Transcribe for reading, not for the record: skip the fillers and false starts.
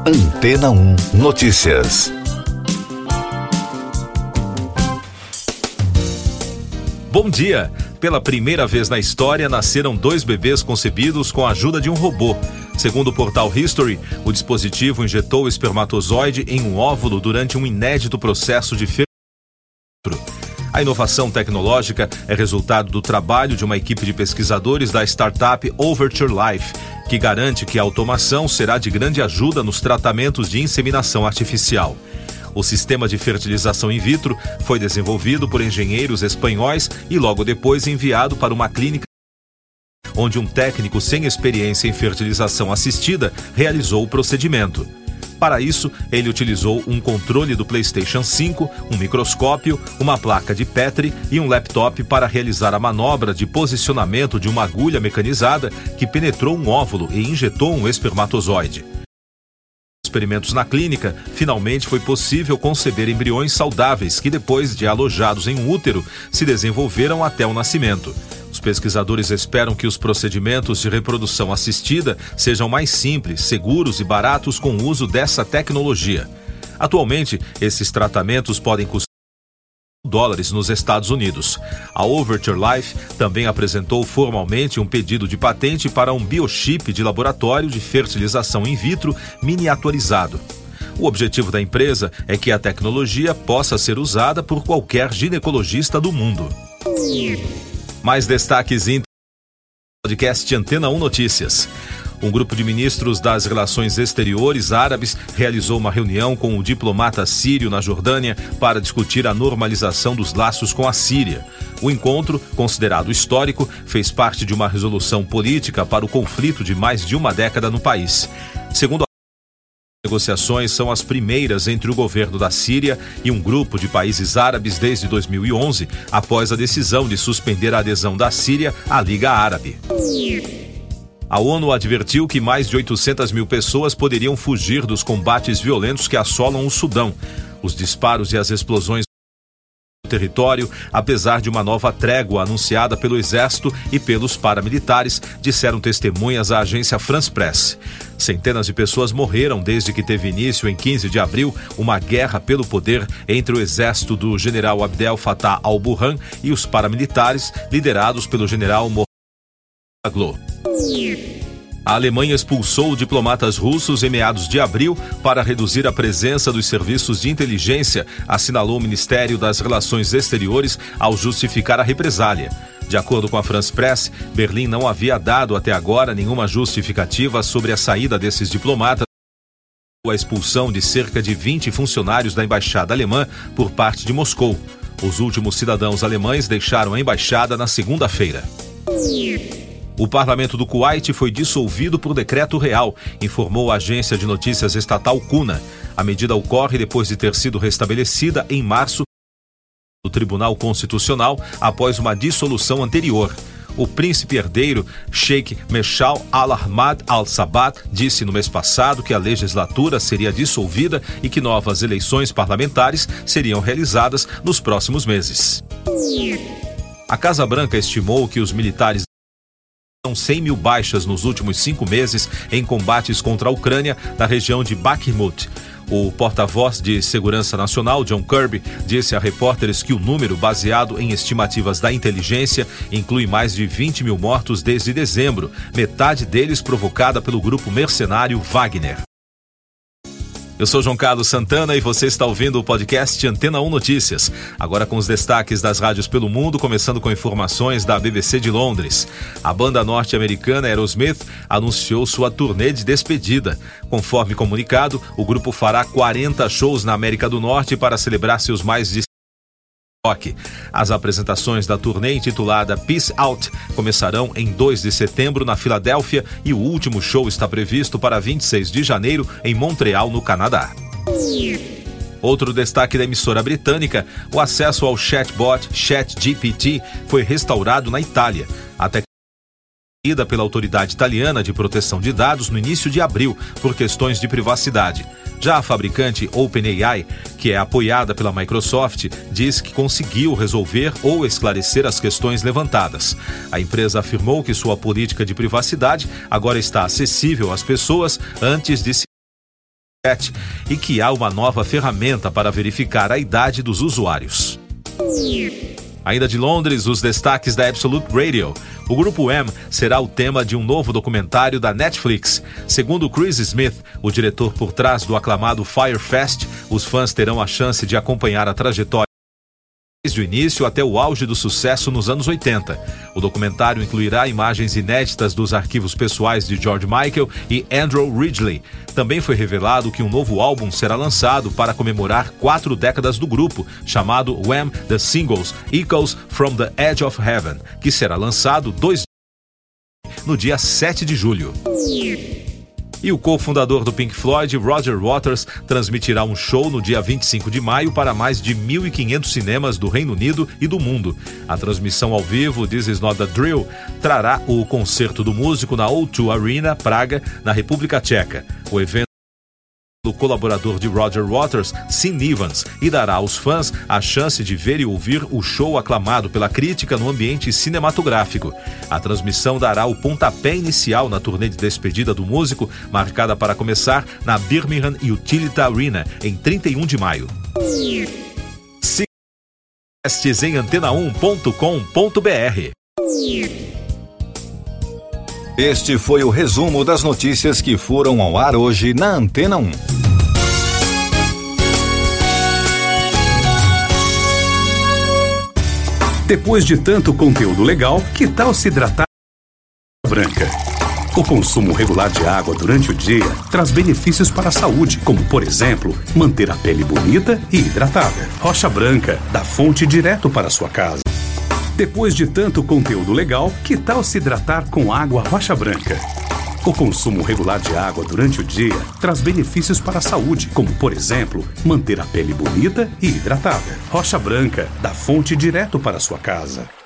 Antena 1 Notícias. Bom dia! Pela primeira vez na história, nasceram 2 bebês concebidos com a ajuda de um robô. Segundo o portal History, o dispositivo injetou o espermatozoide em um óvulo durante um inédito processo de fertilidade. A inovação tecnológica é resultado do trabalho de uma equipe de pesquisadores da startup Overture Life, que garante que a automação será de grande ajuda nos tratamentos de inseminação artificial. O sistema de fertilização in vitro foi desenvolvido por engenheiros espanhóis e logo depois enviado para uma clínica onde um técnico sem experiência em fertilização assistida realizou o procedimento. Para isso, ele utilizou um controle do PlayStation 5, um microscópio, uma placa de Petri e um laptop para realizar a manobra de posicionamento de uma agulha mecanizada que penetrou um óvulo e injetou um espermatozoide. Experimentos na clínica, finalmente foi possível conceber embriões saudáveis que, depois de alojados em um útero, se desenvolveram até o nascimento. Os pesquisadores esperam que os procedimentos de reprodução assistida sejam mais simples, seguros e baratos com o uso dessa tecnologia. Atualmente, esses tratamentos podem custar $1.000 nos Estados Unidos. A Overture Life também apresentou formalmente um pedido de patente para um biochip de laboratório de fertilização in vitro miniaturizado. O objetivo da empresa é que a tecnologia possa ser usada por qualquer ginecologista do mundo. Mais destaques em podcast Antena 1 Notícias. Um grupo de ministros das Relações Exteriores árabes realizou uma reunião com o diplomata sírio na Jordânia para discutir a normalização dos laços com a Síria. O encontro, considerado histórico, fez parte de uma resolução política para o conflito de mais de uma década no país. Segundo a negociações são as primeiras entre o governo da Síria e um grupo de países árabes desde 2011, após a decisão de suspender a adesão da Síria à Liga Árabe. A ONU advertiu que mais de 800 mil pessoas poderiam fugir dos combates violentos que assolam o Sudão. Os disparos e as explosões no território, apesar de uma nova trégua anunciada pelo Exército e pelos paramilitares, disseram testemunhas à agência France Press. Centenas de pessoas morreram desde que teve início, em 15 de abril, uma guerra pelo poder entre o exército do general Abdel Fattah al-Burhan e os paramilitares, liderados pelo general Mohammad Daglo. A Alemanha expulsou diplomatas russos em meados de abril para reduzir a presença dos serviços de inteligência, assinalou o Ministério das Relações Exteriores ao justificar a represália. De acordo com a France Press, Berlim não havia dado até agora nenhuma justificativa sobre a saída desses diplomatas ou a expulsão de cerca de 20 funcionários da embaixada alemã por parte de Moscou. Os últimos cidadãos alemães deixaram a embaixada na segunda-feira. O parlamento do Kuwait foi dissolvido por decreto real, informou a agência de notícias estatal Kuna. A medida ocorre depois de ter sido restabelecida em março do Tribunal Constitucional após uma dissolução anterior. O príncipe herdeiro Sheikh Meshal Al-Ahmad Al-Sabah disse no mês passado que a legislatura seria dissolvida e que novas eleições parlamentares seriam realizadas nos próximos meses. A Casa Branca estimou que os militares 100 mil baixas nos últimos 5 meses em combates contra a Ucrânia na região de Bakhmut. O porta-voz de Segurança Nacional, John Kirby, disse a repórteres que o número, baseado em estimativas da inteligência, inclui mais de 20 mil mortos desde dezembro, metade deles provocada pelo grupo mercenário Wagner. Eu sou João Carlos Santana e você está ouvindo o podcast Antena 1 Notícias. Agora com os destaques das rádios pelo mundo, começando com informações da BBC de Londres. A banda norte-americana Aerosmith anunciou sua turnê de despedida. Conforme comunicado, o grupo fará 40 shows na América do Norte para celebrar seus mais de rock. As apresentações da turnê intitulada Peace Out começarão em 2 de setembro na Filadélfia e o último show está previsto para 26 de janeiro em Montreal, no Canadá. Outro destaque da emissora britânica, o acesso ao chatbot ChatGPT foi restaurado na Itália. Até pela autoridade italiana de proteção de dados no início de abril por questões de privacidade. Já a fabricante OpenAI, que é apoiada pela Microsoft, diz que conseguiu resolver ou esclarecer as questões levantadas. A empresa afirmou que sua política de privacidade agora está acessível às pessoas antes de se e que há uma nova ferramenta para verificar a idade dos usuários. Ainda de Londres, os destaques da Absolute Radio. O Grupo M será o tema de um novo documentário da Netflix. Segundo Chris Smith, o diretor por trás do aclamado Fyre Fest, os fãs terão a chance de acompanhar a trajetória desde o início até o auge do sucesso nos anos 80. O documentário incluirá imagens inéditas dos arquivos pessoais de George Michael e Andrew Ridgeley. Também foi revelado que um novo álbum será lançado para comemorar 4 décadas do grupo, chamado Wham! The Singles Echoes from the Edge of Heaven, que será lançado no dia 7 de julho. E o cofundador do Pink Floyd, Roger Waters, transmitirá um show no dia 25 de maio para mais de 1.500 cinemas do Reino Unido e do mundo. A transmissão ao vivo, This Is Not the Drill, trará o concerto do músico na O2 Arena, Praga, na República Tcheca. O evento do colaborador de Roger Waters, Sim Evans, e dará aos fãs a chance de ver e ouvir o show aclamado pela crítica no ambiente cinematográfico. A transmissão dará o pontapé inicial na turnê de despedida do músico, marcada para começar na Birmingham Utility Arena, em 31 de maio. Siga em antena1.com.br. Este foi o resumo das notícias que foram ao ar hoje na Antena 1. Depois de tanto conteúdo legal, que tal se hidratar branca? O consumo regular de água durante o dia traz benefícios para a saúde, como, por exemplo, manter a pele bonita e hidratada. Rocha Branca, da fonte direto para a sua casa. Depois de tanto conteúdo legal, que tal se hidratar com água Rocha Branca? O consumo regular de água durante o dia traz benefícios para a saúde, como, por exemplo, manter a pele bonita e hidratada. Rocha Branca, da fonte direto para a sua casa.